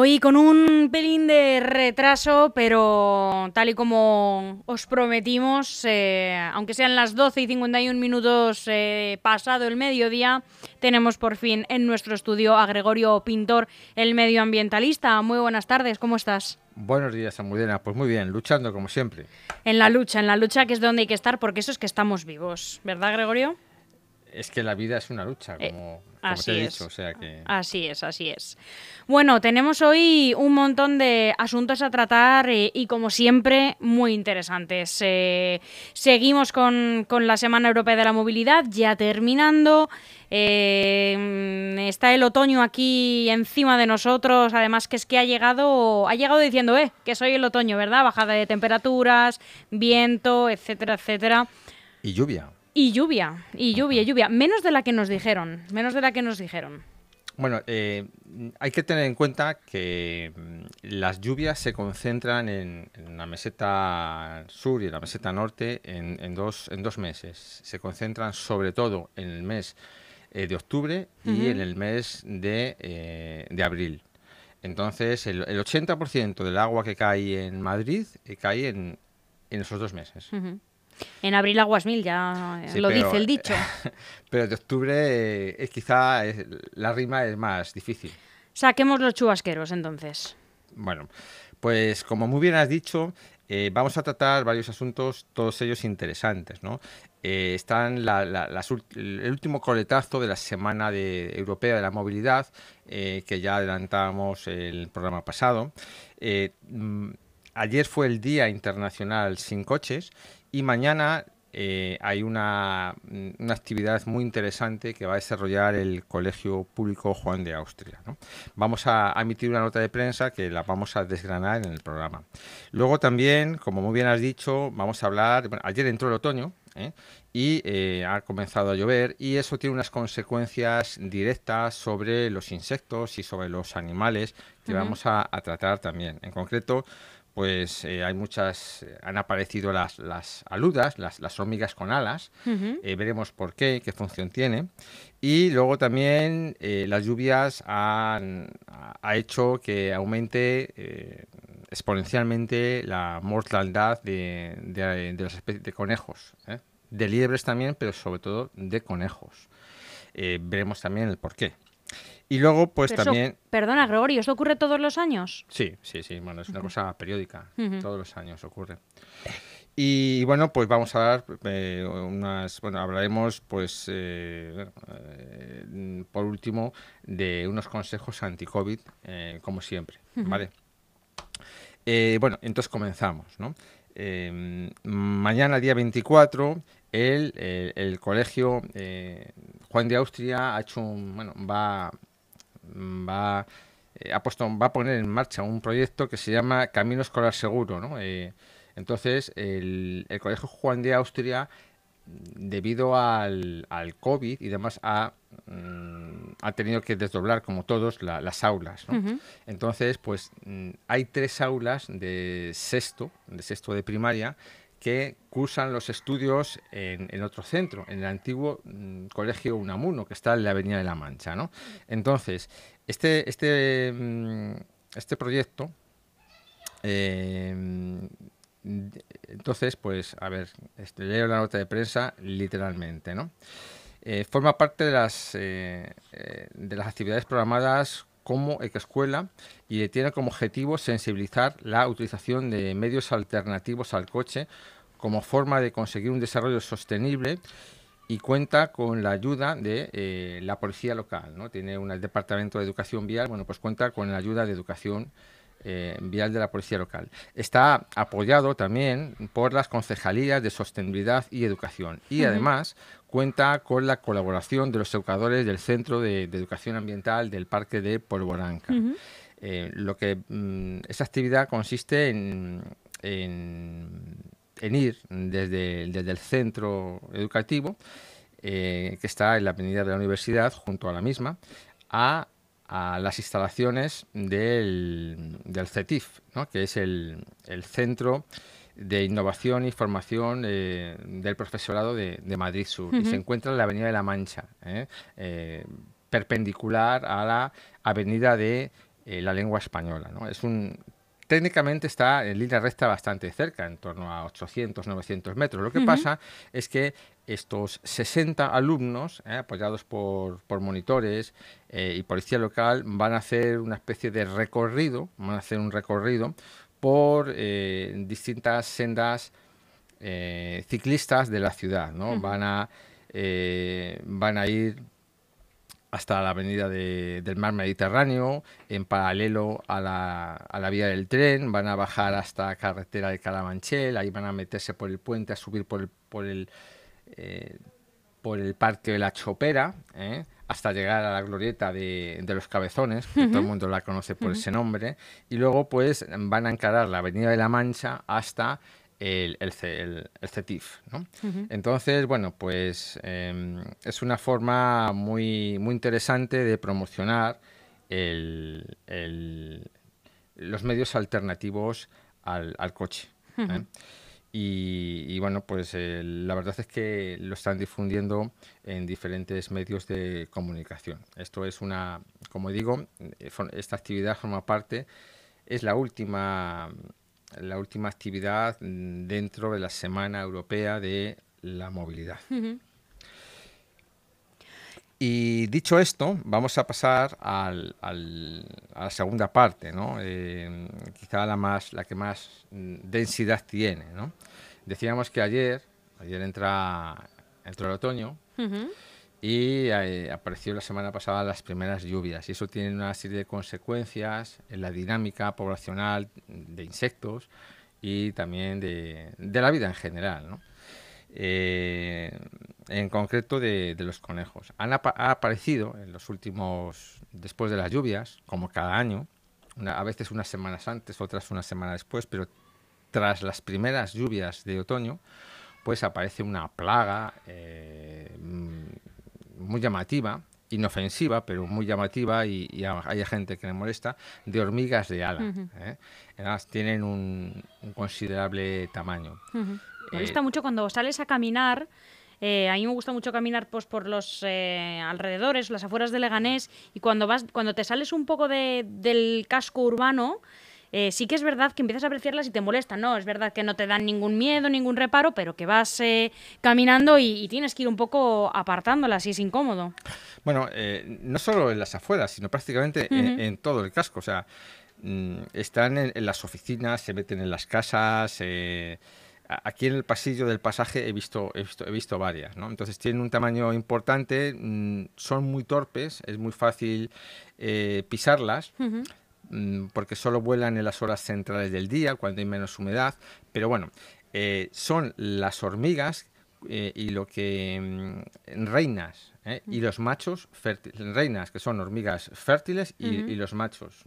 Hoy con un pelín de retraso, pero tal y como os prometimos, aunque sean las 12:51 pasado el mediodía, tenemos por fin en nuestro estudio a Gregorio Pintor, el medioambientalista. Muy buenas tardes, ¿cómo estás? Buenos días, Almudena. Pues muy bien, luchando como siempre. En la lucha que es donde hay que estar, porque eso es que estamos vivos, ¿verdad, Gregorio? Es que la vida es una lucha, como te he Así dicho, es. o sea que... Así es, así es. Bueno, tenemos hoy un montón de asuntos a tratar y como siempre, muy interesantes. Seguimos con la Semana Europea de la Movilidad, ya terminando. Está el otoño aquí encima de nosotros, además que es que ha llegado diciendo, que soy el otoño, ¿verdad? Bajada de temperaturas, viento, etcétera, etcétera. Y lluvia. Y lluvia, Ajá. lluvia. Menos de la que nos dijeron, menos de la que nos dijeron. Bueno, hay que tener en cuenta que las lluvias se concentran en la meseta sur y en la meseta norte en dos meses. Se concentran sobre todo en el mes de octubre y en el mes de abril. Entonces, el 80% del agua que cae en Madrid cae en esos 2 meses. En abril aguas mil, ya Sí, lo dice pero, el dicho. pero de octubre quizá la rima es más difícil. Saquemos los chubasqueros, entonces. Bueno, pues como muy bien has dicho, vamos a tratar varios asuntos, todos ellos interesantes, ¿no? Están el último coletazo de la Semana Europea de la Movilidad, que ya adelantamos el programa pasado. Ayer fue el Día Internacional Sin Coches y mañana hay una actividad muy interesante que va a desarrollar el Colegio Público Juan de Austria, ¿no? Vamos a emitir una nota de prensa que la vamos a desgranar en el programa. Luego también, como muy bien has dicho, vamos a hablar... Bueno, ayer entró el otoño, y ha comenzado a llover y eso tiene unas consecuencias directas sobre los insectos y sobre los animales que vamos a tratar también. En concreto, pues hay muchas, han aparecido las aludas, las hormigas con alas. Veremos por qué, qué función tiene. Y luego también las lluvias ha hecho que aumente exponencialmente la mortalidad de las especies de conejos, de liebres también, pero sobre todo de conejos. Veremos también el por qué. Y luego, pues Pero eso, también... perdona, Gregorio, ¿esto ocurre todos los años? Sí, sí, sí, bueno, es una cosa periódica, todos los años ocurre. Y bueno, pues vamos a dar bueno, hablaremos pues por último de unos consejos anti-COVID, como siempre, ¿vale? Bueno, entonces comenzamos, ¿no? Mañana, día 24, el colegio Juan de Austria ha hecho bueno, va a poner en marcha un proyecto que se llama Camino Escolar Seguro, ¿no? Entonces, el Colegio Juan de Austria, debido al COVID y demás, ha tenido que desdoblar, como todos, las aulas, ¿no? Entonces, pues hay 3 aulas de sexto de primaria, que cursan los estudios en otro centro, en el antiguo Colegio Unamuno, que está en la Avenida de la Mancha, ¿no? Entonces, este proyecto, entonces, pues, a ver, leo la nota de prensa literalmente, ¿no? Forma parte de las actividades programadas como Ecoescuela y tiene como objetivo sensibilizar la utilización de medios alternativos al coche como forma de conseguir un desarrollo sostenible, y cuenta con la ayuda de la policía local, ¿no? Tiene el departamento de educación vial, bueno, pues cuenta con la ayuda de educación vial de la policía local. Está apoyado también por las concejalías de sostenibilidad y educación y además cuenta con la colaboración de los educadores del Centro de Educación Ambiental del Parque de Polvoranca. Esta actividad consiste en ir desde el centro educativo, que está en la avenida de la universidad, junto a la misma, a las instalaciones del CETIF, ¿no? Que es el Centro de Innovación y Formación del Profesorado de Madrid Sur, y se encuentra en la Avenida de la Mancha, perpendicular a la Avenida de la lengua española, ¿no? Técnicamente está en línea recta bastante cerca, en torno a 800, 900 metros. Lo que pasa es que estos 60 alumnos, apoyados por monitores y policía local, van a hacer una especie de recorrido, por distintas sendas ciclistas de la ciudad, ¿no? Van a ir hasta la avenida del Mar Mediterráneo, en paralelo a la vía del tren, van a bajar hasta carretera de Carabanchel, ahí van a meterse por el puente, a subir por el Parque de la Chopera, hasta llegar a la glorieta de los Cabezones, que todo el mundo la conoce por ese nombre, y luego pues van a encarar la Avenida de la Mancha hasta el CETIF, ¿no? Entonces, bueno, pues es una forma muy, muy interesante de promocionar los medios alternativos al coche. Y bueno, pues la verdad es que lo están difundiendo en diferentes medios de comunicación. Esto es como digo, esta actividad forma parte, es la última actividad dentro de la Semana Europea de la Movilidad. Y dicho esto, vamos a pasar a la segunda parte, ¿no? Quizá la que más densidad tiene, ¿no? Decíamos que ayer entró el otoño y apareció la semana pasada las primeras lluvias, y eso tiene una serie de consecuencias en la dinámica poblacional de insectos y también de la vida en general, ¿no? En concreto de los conejos. Ha aparecido en los últimos, después de las lluvias, como cada año, a veces unas semanas antes, otras una semana después, pero tras las primeras lluvias de otoño, pues aparece una plaga muy llamativa, inofensiva, pero muy llamativa, y hay gente que le molesta, de hormigas de ala. Además, tienen un considerable tamaño. Me gusta mucho cuando sales a caminar. A mí me gusta mucho caminar pues, por los alrededores, las afueras de Leganés, y cuando te sales un poco del casco urbano, sí que es verdad que empiezas a apreciarlas y te molestan, ¿no? Es verdad que no te dan ningún miedo, ningún reparo, pero que vas caminando y tienes que ir un poco apartándolas y es incómodo. Bueno, no solo en las afueras, sino prácticamente en todo el casco. O sea, están en las oficinas, se meten en las casas. Aquí en el pasillo del pasaje he visto varias, ¿no? Entonces tienen un tamaño importante, son muy torpes, es muy fácil pisarlas, porque solo vuelan en las horas centrales del día, cuando hay menos humedad. Pero bueno, son las hormigas y lo que reinas, y los machos fértiles, reinas, que son hormigas fértiles, y los machos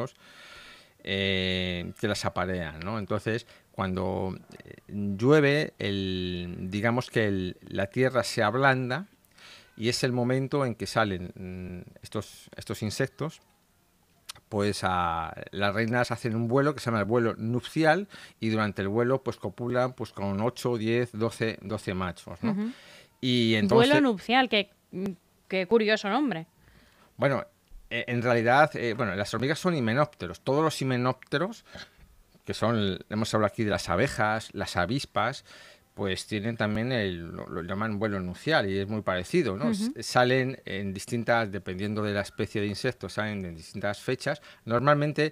que las aparean, ¿no? Entonces, cuando llueve, digamos que la tierra se ablanda, y es el momento en que salen estos insectos. Pues las reinas hacen un vuelo que se llama el vuelo nupcial, y durante el vuelo pues copulan pues con 8, 10, 12 machos, ¿no? Y entonces, vuelo nupcial, qué curioso nombre. Bueno, en realidad, las hormigas son himenópteros. Todos los himenópteros, que hemos hablado aquí de las abejas, las avispas, pues tienen también lo llaman vuelo nupcial, y es muy parecido, ¿no? Salen en distintas, dependiendo de la especie de insectos, salen en distintas fechas. Normalmente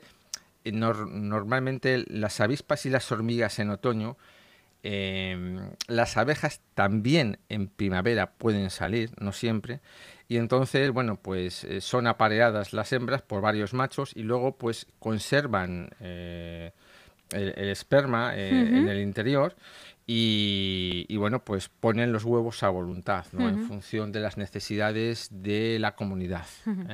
las avispas y las hormigas en otoño. Las abejas también en primavera pueden salir, no siempre, y entonces, bueno, pues son apareadas las hembras por varios machos, y luego pues conservan el esperma en el interior, y bueno, pues ponen los huevos a voluntad, ¿no? En función de las necesidades de la comunidad.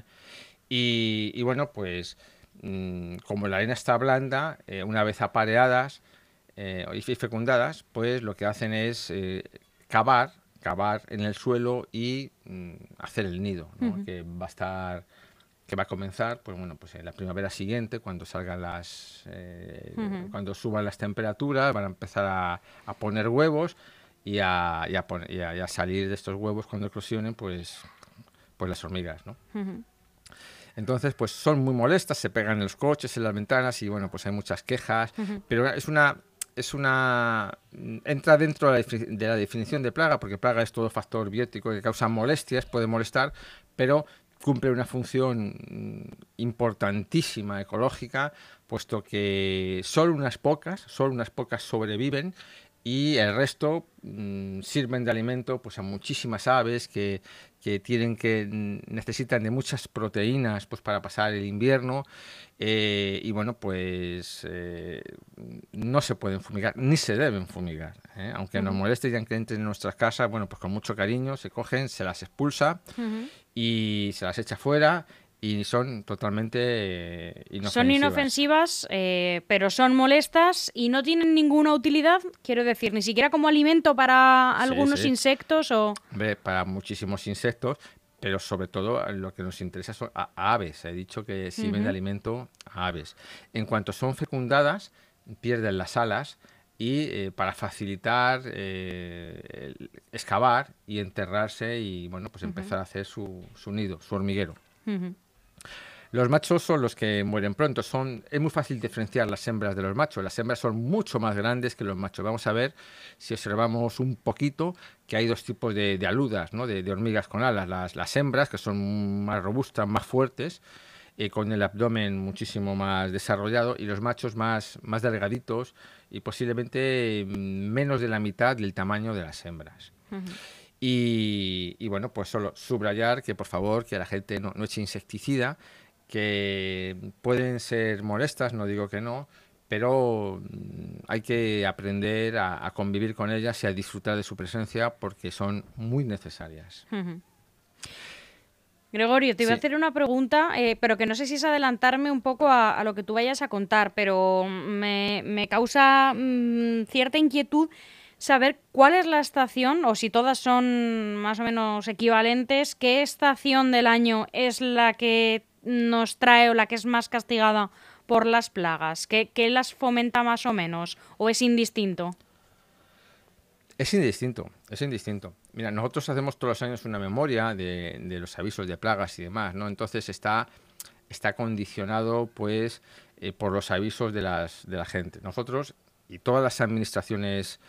Y bueno, pues como la arena está blanda, una vez apareadas y fecundadas, pues lo que hacen es cavar en el suelo y hacer el nido, ¿no? Que va a comenzar, pues bueno, pues en la primavera siguiente, cuando salgan cuando suban las temperaturas, van a empezar a poner huevos, y a salir de estos huevos, cuando eclosionen, pues las hormigas, ¿no? Entonces, pues son muy molestas, se pegan en los coches, en las ventanas y bueno, pues hay muchas quejas, pero entra dentro de la definición de plaga, porque plaga es todo factor biótico que causa molestias, puede molestar, pero cumple una función importantísima ecológica, puesto que solo unas pocas sobreviven y el resto sirven de alimento pues a muchísimas aves que necesitan de muchas proteínas pues para pasar el invierno, y bueno, pues no se pueden fumigar ni se deben fumigar, ¿eh? Aunque nos moleste y aunque entren en nuestras casas, bueno, pues con mucho cariño se cogen, se las expulsa y se las echa fuera. Y son totalmente inofensivas. Son inofensivas, pero son molestas y no tienen ninguna utilidad, quiero decir, ni siquiera como alimento para algunos insectos o... Hombre, para muchísimos insectos, pero sobre todo lo que nos interesa son a aves. He dicho que sirven de alimento a aves. En cuanto son fecundadas, pierden las alas y para facilitar excavar y enterrarse y bueno, pues empezar a hacer su nido, su hormiguero. Los machos son los que mueren pronto. Es muy fácil diferenciar las hembras de los machos. Las hembras son mucho más grandes que los machos. Vamos a ver, si observamos un poquito, que hay dos tipos de aludas, ¿no? de hormigas con alas. Las hembras, que son más robustas, más fuertes, con el abdomen muchísimo más desarrollado, y los machos más delgaditos y posiblemente menos de la mitad del tamaño de las hembras. Y bueno, pues solo subrayar que por favor que la gente no eche insecticida, que pueden ser molestas, no digo que no, pero hay que aprender a convivir con ellas y a disfrutar de su presencia porque son muy necesarias. Gregorio, te iba a hacer una pregunta, pero que no sé si es adelantarme un poco a lo que tú vayas a contar, pero me causa cierta inquietud saber cuál es la estación, o si todas son más o menos equivalentes, qué estación del año es la que nos trae o la que es más castigada por las plagas, qué las fomenta más o menos, o es indistinto. Es indistinto. Mira, nosotros hacemos todos los años una memoria de los avisos de plagas y demás, ¿no? Entonces está condicionado pues por los avisos de la gente. Nosotros y todas las administraciones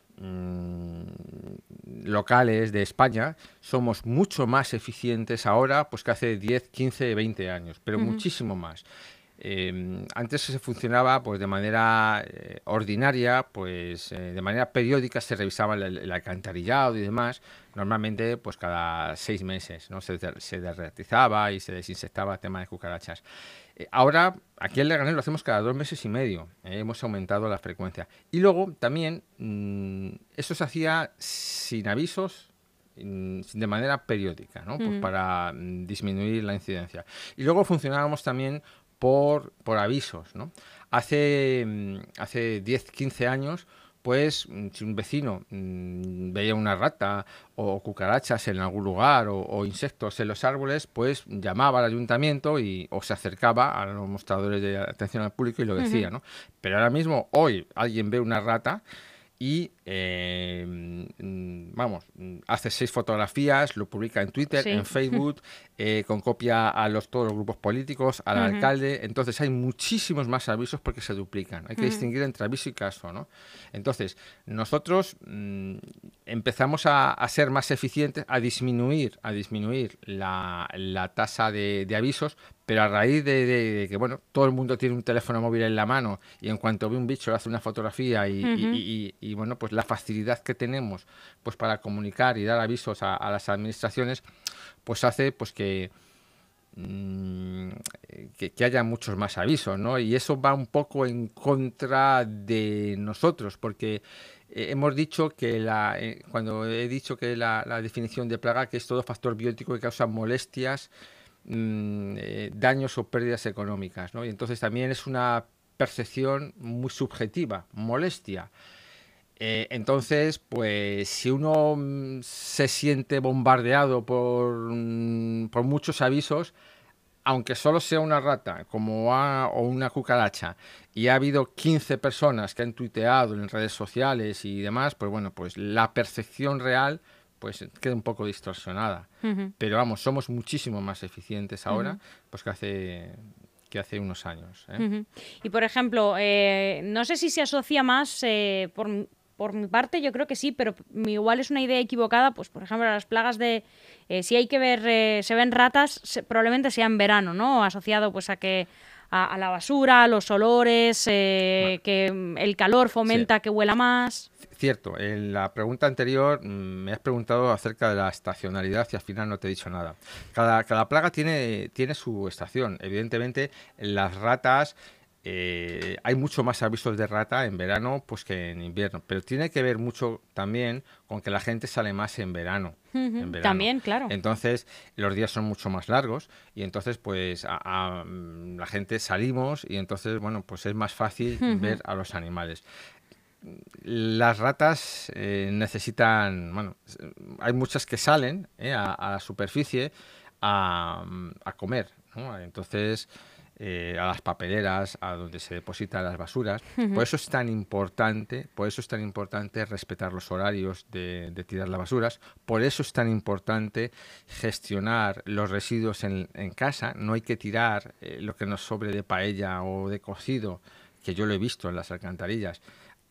locales de España somos mucho más eficientes ahora pues que hace 10, 15, 20 años, pero muchísimo más. Antes se funcionaba pues de manera ordinaria, pues de manera periódica se revisaba el alcantarillado y demás, normalmente pues cada 6 meses, ¿no? Se derretizaba y se desinsectaba el tema de cucarachas. Ahora aquí en Leganés lo hacemos cada 2 meses y medio, hemos aumentado la frecuencia. Y luego también eso se hacía sin avisos, de manera periódica, ¿no? Pues para disminuir la incidencia. Y luego funcionábamos también por avisos, ¿no? Hace 10, 15 años, pues si un vecino veía una rata o cucarachas en algún lugar o insectos en los árboles, pues llamaba al ayuntamiento o se acercaba a los mostradores de atención al público y lo decía, ¿no? Pero ahora mismo, hoy, alguien ve una rata y hace 6 fotografías, lo publica en Twitter, en Facebook, con copia a todos los grupos políticos, al alcalde. Entonces hay muchísimos más avisos porque se duplican. Hay que distinguir entre aviso y caso, ¿no? Entonces nosotros empezamos a ser más eficientes, a disminuir la tasa de avisos, pero a raíz de que bueno, todo el mundo tiene un teléfono móvil en la mano y en cuanto ve un bicho le hace una fotografía y bueno, pues la facilidad que tenemos pues para comunicar y dar avisos a las administraciones, pues hace pues que haya muchos más avisos, ¿no? Y eso va un poco en contra de nosotros, porque hemos dicho que cuando he dicho que la definición de plaga, que es todo factor biótico que causa molestias, daños o pérdidas económicas, ¿no? Y entonces también es una percepción muy subjetiva, molestia. Entonces, pues si uno se siente bombardeado por muchos avisos, aunque solo sea una rata o una cucaracha, y ha habido 15 personas que han tuiteado en redes sociales y demás, pues bueno, pues la percepción real pues queda un poco distorsionada. Ujú. Pero vamos, somos muchísimo más eficientes ahora pues que hace unos años, ¿eh? Ujú. Y por ejemplo, no sé si se asocia más, por mi parte yo creo que sí, pero igual es una idea equivocada, pues por ejemplo las plagas de, si hay que ver, se ven ratas, probablemente sea en verano, ¿no? Asociado pues a que a la basura, a los olores, Bueno, que el calor sí. fomenta que huela más. Cierto, en la pregunta anterior me has preguntado acerca de la estacionalidad y al final no te he dicho nada. Cada plaga tiene su estación. Evidentemente, las ratas, hay mucho más avisos de rata en verano pues que en invierno, pero tiene que ver mucho también con que la gente sale más en verano. En Ujú. verano. También, claro. Entonces, los días son mucho más largos y entonces, pues, la gente salimos y entonces, bueno, pues es más fácil ver Ujú. a los animales. Las ratas necesitan, bueno, hay muchas que salen a la superficie a comer, ¿no? Entonces, a las papeleras, a donde se depositan las basuras. Por Ujú. eso es tan importante, por eso es tan importante respetar los horarios de tirar las basuras. Por eso es tan importante gestionar los residuos en casa. No hay que tirar lo que nos sobre de paella o de cocido, que yo lo he visto en las alcantarillas,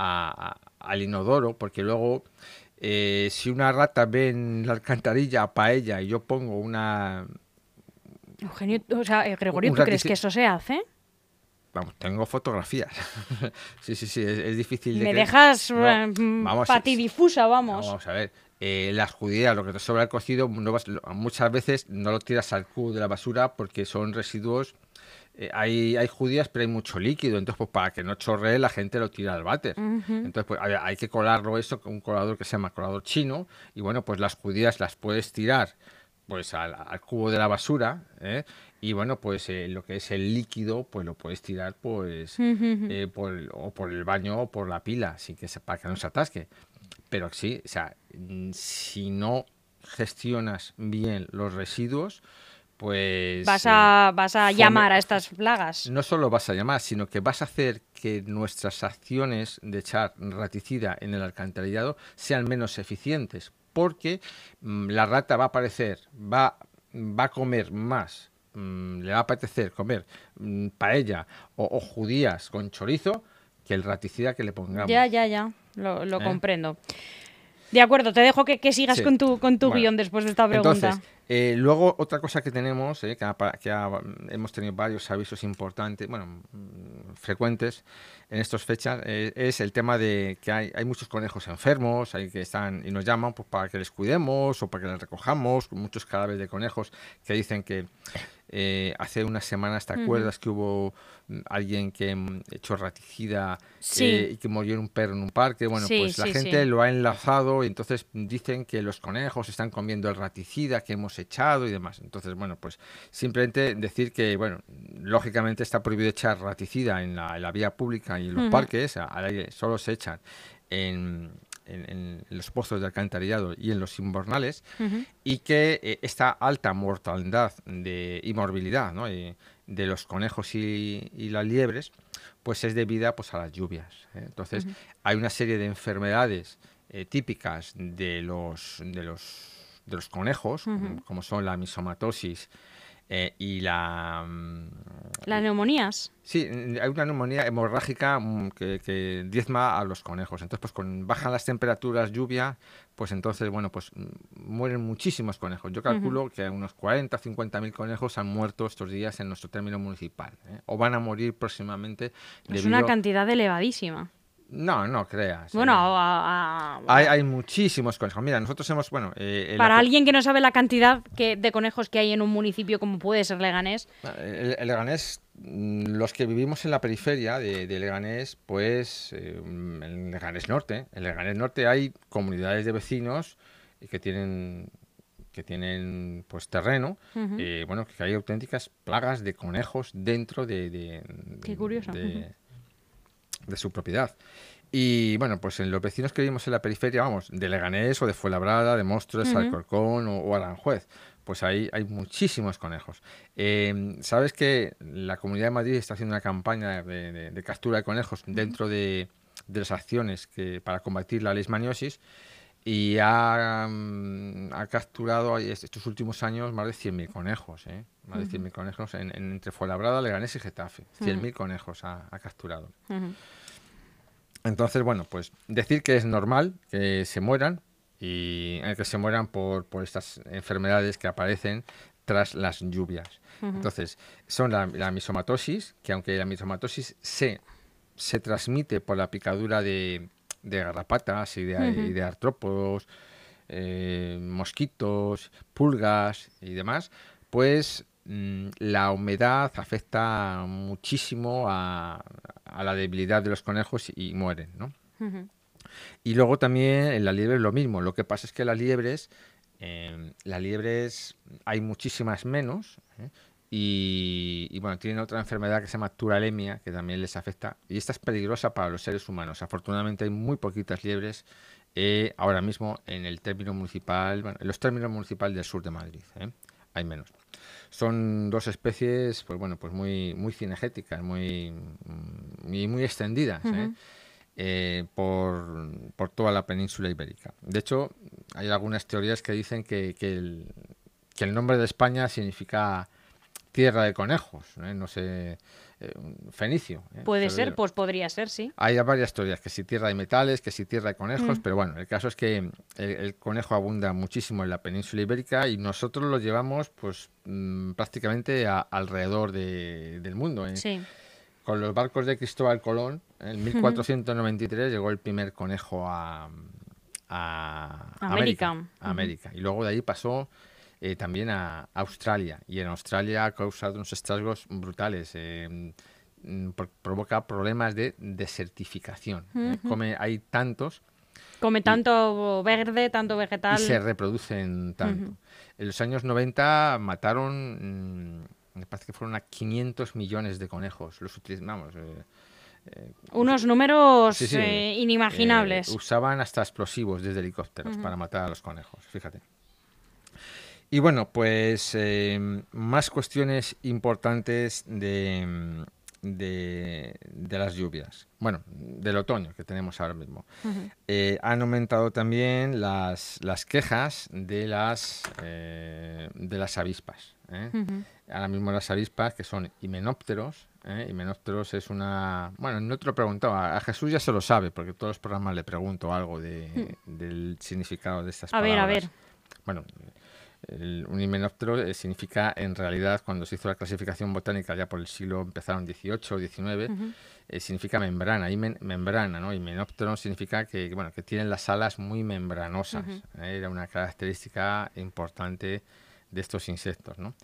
al inodoro, porque luego si una rata ve en la alcantarilla paella y yo pongo Eugenio, o sea, Gregorio, un ¿tú crees ratici- que eso se hace? Vamos, tengo fotografías. Sí, sí, sí, es difícil de Me creer. dejas No, vamos, patidifusa, no, vamos. vamos a ver. Las judías, lo que te sobra el cocido, muchas veces no lo tiras al cubo de la basura porque son residuos. Hay judías, pero hay mucho líquido. Entonces, pues para que no chorree, la gente lo tira al váter. Ujú. Entonces, pues hay que colarlo eso con un colador que se llama colador chino. Y bueno, pues las judías las puedes tirar pues al cubo de la basura, ¿eh? Y bueno, pues lo que es el líquido, pues lo puedes tirar pues Ujú. o por el baño o por la pila, sin que para que no se atasque. Pero sí, o sea, si no gestionas bien los residuos, Vas pues a, vas a fome- llamar a estas plagas. no solo vas a llamar, sino que vas a hacer que nuestras acciones de echar raticida en el alcantarillado sean menos eficientes, porque la rata va a aparecer, va a comer más, le va a apetecer comer paella o judías con chorizo que el raticida que le Ya, pongamos. ya, ya. Lo ¿Eh? comprendo. De acuerdo, te dejo que sigas Sí, con tu bueno. guión después de esta Entonces, pregunta. luego otra cosa que tenemos, hemos tenido varios avisos importantes, bueno, frecuentes en estas fechas, es el tema de que hay muchos conejos enfermos, hay que están y nos llaman pues para que les cuidemos o para que les recojamos, muchos cadáveres de conejos que dicen que hace unas semanas, ¿te Ujú. acuerdas que hubo alguien que echó raticida Sí, y que murió en un perro en un parque? Bueno, sí, pues la sí, gente sí. lo ha enlazado y entonces dicen que los conejos están comiendo el raticida que hemos echado y demás. Entonces, bueno, pues simplemente decir que, bueno, lógicamente está prohibido echar raticida en la vía pública y en los Ujú. parques, al aire solo se echan en, en los pozos de alcantarillado y en los invernales, Ujú. y que esta alta mortalidad y morbilidad, ¿no? De los conejos y las liebres, pues es debida pues, a las lluvias, ¿eh? Entonces, Ujú. hay una serie de enfermedades típicas de los conejos, Ujú. como son la misomatosis y la... Las neumonías. Sí, hay una neumonía hemorrágica que diezma a los conejos. Entonces, pues con bajan las temperaturas, lluvia, pues entonces, bueno, pues mueren muchísimos conejos. Yo Ujú. calculo que unos 40, 50 mil conejos han muerto estos días en nuestro término municipal, ¿eh? O van a morir próximamente Es una debido... cantidad elevadísima. No, no creas, Bueno, ¿eh? Hay muchísimos conejos. Mira, nosotros hemos, bueno, para alguien que no sabe la cantidad de conejos que hay en un municipio como puede ser Leganés. el Leganés, los que vivimos en la periferia de Leganés, pues en Leganés Norte. En Leganés Norte hay comunidades de vecinos que tienen pues terreno, Ujú. bueno, que hay auténticas plagas de conejos dentro Qué curioso. Ujú. de su propiedad. Y bueno, pues en los vecinos que vivimos en la periferia, vamos, de Leganés o de Fuenlabrada, de Móstoles, Ujú. Alcorcón o Aranjuez, pues ahí hay muchísimos conejos. ¿Sabes que la Comunidad de Madrid está haciendo una campaña de captura de conejos Ujú. dentro de las acciones para combatir la leishmaniosis? y ha capturado estos últimos años más de 100.000 conejos, ¿eh? Más de 100.000 conejos entre Fuenlabrada, Leganés y Getafe. 100.000 conejos ha capturado. Entonces, bueno, pues decir que es normal que se mueran y que se mueran por estas enfermedades que aparecen tras las lluvias. Entonces, son la misomatosis, que aunque la misomatosis se transmite por la picadura de garrapatas y de artrópodos, mosquitos, pulgas y demás, pues la humedad afecta muchísimo a la debilidad de los conejos y mueren, ¿no? Y luego también en la liebre es lo mismo. Lo que pasa es que las liebres hay muchísimas menos, ¿eh? Y bueno, tienen otra enfermedad que se llama turalemia, que también les afecta, y esta es peligrosa para los seres humanos. Afortunadamente hay muy poquitas liebres ahora mismo en el término municipal, bueno, en los términos municipales del sur de Madrid, ¿eh? Hay menos. Son dos especies, pues bueno, pues muy cinegéticas, muy extendidas, por toda la península ibérica. De hecho, hay algunas teorías que dicen que el nombre de España significa tierra de conejos, no sé, fenicio. Puede ser, pues podría ser, sí. Hay varias teorías, que si tierra de metales, que si tierra de conejos, pero bueno, el caso es que el conejo abunda muchísimo en la península ibérica y nosotros lo llevamos pues prácticamente alrededor del mundo. Sí. Con los barcos de Cristóbal Colón, en 1493 llegó el primer conejo a América. Y luego de ahí pasó también a Australia. Y en Australia ha causado unos estragos brutales. Provoca problemas de desertificación. Hay tantos. Come tanto verde, tanto vegetal. Y se reproducen tanto. En los años 90 mataron, me parece que fueron a 500 millones de conejos. Los utilizamos. Unos números inimaginables. Usaban hasta explosivos desde helicópteros para matar a los conejos, fíjate. Y bueno, pues más cuestiones importantes de las lluvias. Bueno, del otoño que tenemos ahora mismo. Han aumentado también las quejas de las avispas. Ahora mismo las avispas, que son himenópteros. Himenópteros es una... Bueno, no te lo he preguntado. A Jesús ya se lo sabe, porque todos los programas le pregunto algo del significado de estas palabras. A ver. Bueno... un himenóptero significa, en realidad, cuando se hizo la clasificación botánica ya por el siglo, empezaron 18 o 19, significa membrana, membrana, ¿no? Himenóptero significa que tienen las alas muy membranosas. Era una característica importante de estos insectos, ¿no?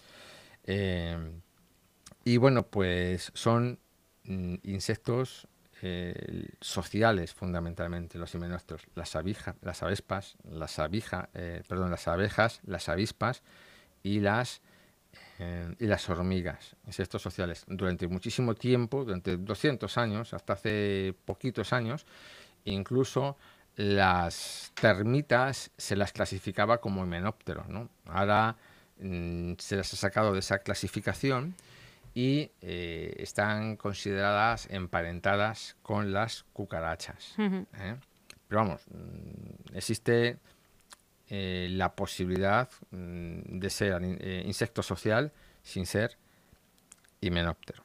Y bueno, pues son insectos sociales, fundamentalmente, los himenópteros, las abejas, las avispas y las hormigas, insectos sociales. Durante muchísimo tiempo, durante 200 años, hasta hace poquitos años, incluso las termitas se las clasificaba como himenópteros, ¿no? Ahora se las ha sacado de esa clasificación y están consideradas emparentadas con las cucarachas. Pero vamos, existe la posibilidad de ser insecto social sin ser himenóptero.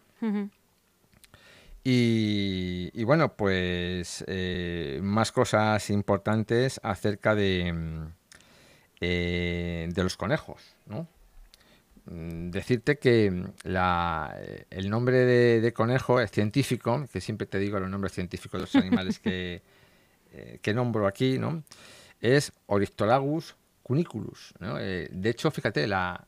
Y bueno, pues más cosas importantes acerca de los conejos, ¿no? Decirte que el nombre de conejo es científico, que siempre te digo los nombres científicos de los animales que nombro aquí, ¿no? Es Ornitholagus cuniculus, ¿no? De hecho, fíjate, la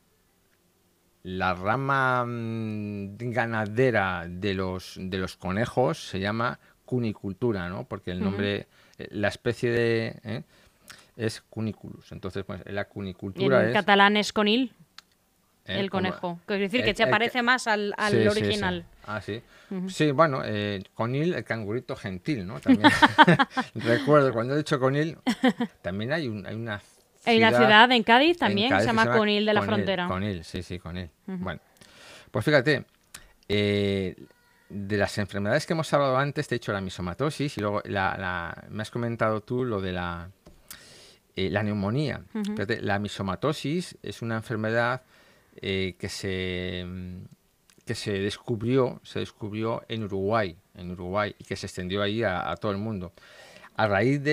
rama ganadera de los conejos se llama cunicultura, ¿no? Porque el nombre, la especie es cuniculus. Entonces, pues la cunicultura en catalán es conil. El conejo. Es decir, que se parece más al original. Sí. Ah, sí. Sí, bueno, conil, el cangurito gentil, ¿no? También recuerdo, cuando he dicho conil, también hay una ciudad... Hay una ciudad en Cádiz también, que se llama Conil de la Frontera. Conil, sí, Conil. Bueno, pues fíjate, de las enfermedades que hemos hablado antes, te he dicho la misomatosis y luego me has comentado tú lo de la neumonía. Ujú. Fíjate, la misomatosis es una enfermedad que se descubrió en Uruguay, y que se extendió ahí a todo el mundo. A raíz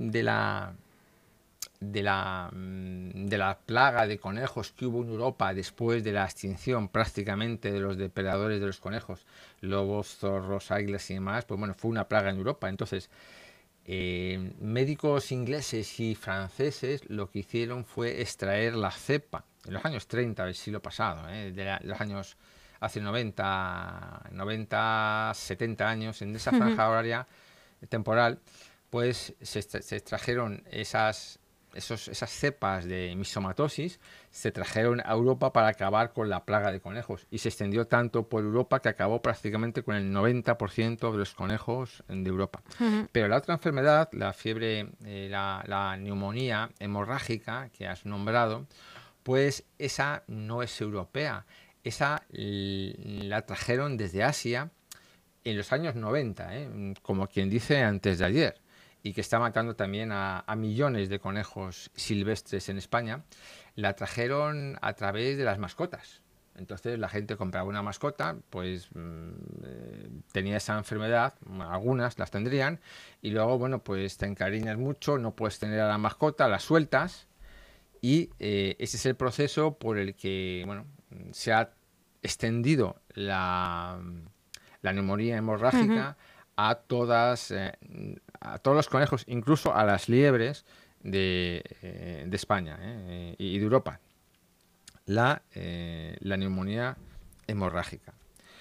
de la plaga de conejos que hubo en Europa después de la extinción prácticamente de los depredadores de los conejos, lobos, zorros, águilas y demás, pues bueno, fue una plaga en Europa. Entonces, médicos ingleses y franceses lo que hicieron fue extraer la cepa en los años 30 del siglo pasado, de los años hace 90, 70 años, en esa Ujú. franja horaria temporal, pues se extrajeron esas cepas de misomatosis, se trajeron a Europa para acabar con la plaga de conejos, y se extendió tanto por Europa que acabó prácticamente con el 90% de los conejos de Europa. Ujú. Pero la otra enfermedad, la fiebre, la neumonía hemorrágica que has nombrado, pues esa no es europea. Esa la trajeron desde Asia en los años 90, como quien dice antes de ayer, y que está matando también a millones de conejos silvestres en España. La trajeron a través de las mascotas. Entonces la gente compraba una mascota, pues tenía esa enfermedad, algunas las tendrían, y luego, bueno, pues te encariñas mucho, no puedes tener a la mascota, la sueltas, y ese es el proceso por el que, bueno, se ha extendido la neumonía Ujú. hemorrágica a todos los conejos, incluso a las liebres de España, y de Europa. La neumonía hemorrágica.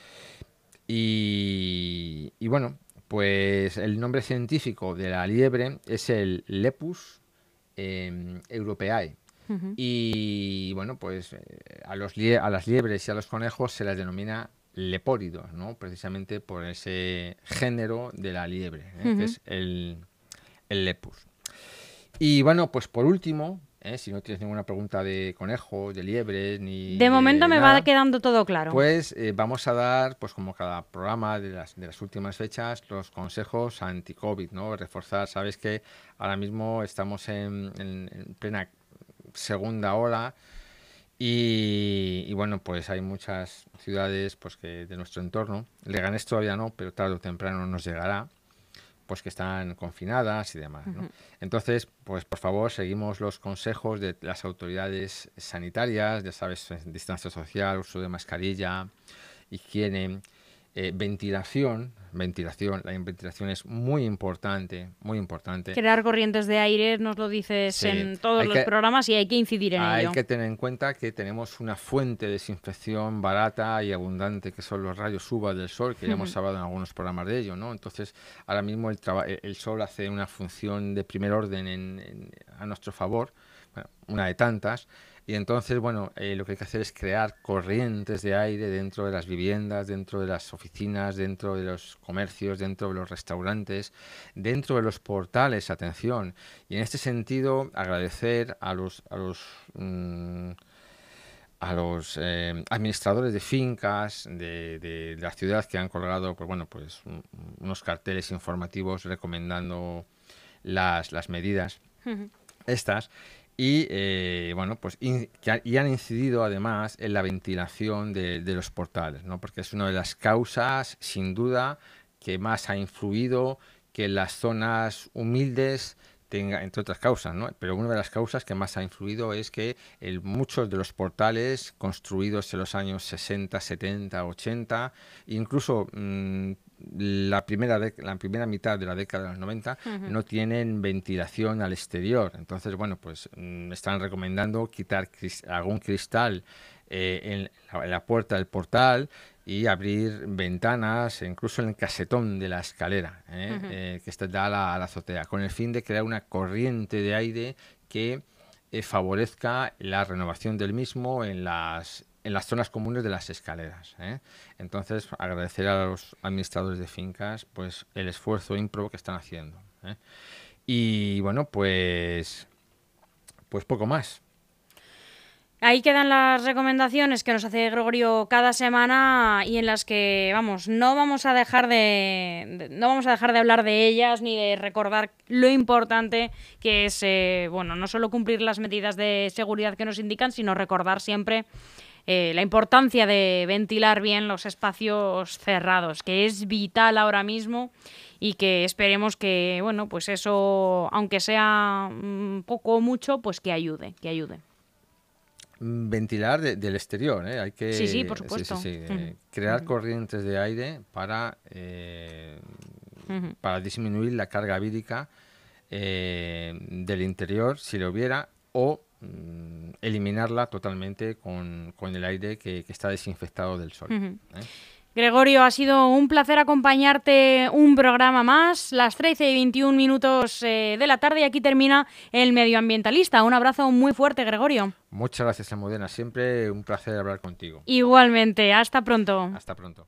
Y bueno, pues el nombre científico de la liebre es el Lepus europeae. Ujú. Y bueno, pues a las liebres y a los conejos se les denomina lepóridos, ¿no? Precisamente por ese género de la liebre, que Ujú. es el lepus. Y bueno, pues por último, si no tienes ninguna pregunta de conejos, de liebres ni De momento de me va nada, quedando todo claro. pues vamos a dar, pues como cada programa de las últimas fechas, los consejos anti-COVID, ¿no? Reforzar, sabes que ahora mismo estamos en plena segunda ola, y bueno, pues hay muchas ciudades, pues, que de nuestro entorno, Leganés todavía no, pero tarde o temprano nos llegará, pues que están confinadas y demás, ¿no? Ujú. Entonces, pues por favor, seguimos los consejos de las autoridades sanitarias, ya sabes, distancia social, uso de mascarilla, higiene, ventilación, la ventilación es muy importante, muy importante. Crear corrientes de aire, nos lo dices Sí, en todos los programas y hay que incidir en hay ello. que tener en cuenta que tenemos una fuente de desinfección barata y abundante, que son los rayos UVA del sol, que ya Ujú. hemos hablado en algunos programas de ello, ¿no? Entonces, ahora mismo el sol hace una función de primer orden a nuestro favor, bueno, una de tantas, y entonces, bueno, lo que hay que hacer es crear corrientes de aire dentro de las viviendas, dentro de las oficinas, dentro de los comercios, dentro de los restaurantes, dentro de los portales, atención. Y en este sentido, agradecer mm, a los administradores de fincas de la ciudad, que han colgado, pues bueno, pues unos carteles informativos recomendando las medidas Ujú. estas, y bueno, pues y han incidido además en la ventilación de los portales, ¿no? Porque es una de las causas, sin duda, que más ha influido que las zonas humildes tenga, entre otras causas, ¿no? Pero una de las causas que más ha influido es que muchos de los portales construidos en los años 60, 70, 80, incluso la primera mitad de la década de los 90, Ujú. no tienen ventilación al exterior. Entonces, bueno, pues están recomendando quitar algún cristal en la puerta del portal, y abrir ventanas, incluso en el casetón de la escalera, Ujú. que da a la azotea, con el fin de crear una corriente de aire que favorezca la renovación del mismo en las zonas comunes de las escaleras. Entonces, agradecer a los administradores de fincas, pues, el esfuerzo ímprobo que están haciendo. Y bueno, pues poco más. Ahí quedan las recomendaciones que nos hace Gregorio cada semana y en las que, vamos, no vamos a dejar de hablar de ellas ni de recordar lo importante que es, bueno, no solo cumplir las medidas de seguridad que nos indican, sino recordar siempre la importancia de ventilar bien los espacios cerrados, que es vital ahora mismo y que esperemos que, bueno, pues eso, aunque sea poco o mucho, pues que ayude, que ayude. Ventilar del exterior, ¿eh? Hay que Sí, por supuesto. crear corrientes de aire para disminuir la carga vírica del interior, si lo hubiera, o eliminarla totalmente con el aire que está desinfectado del sol. ¿Eh? Gregorio, ha sido un placer acompañarte un programa más, las 13:21 de la tarde, y aquí termina El Medioambientalista. Un abrazo muy fuerte, Gregorio. Muchas gracias, Almudena. Siempre un placer hablar contigo. Igualmente. Hasta pronto. Hasta pronto.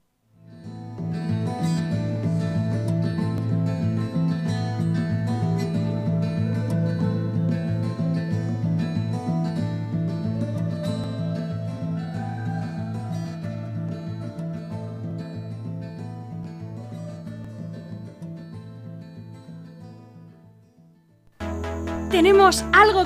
Tenemos algo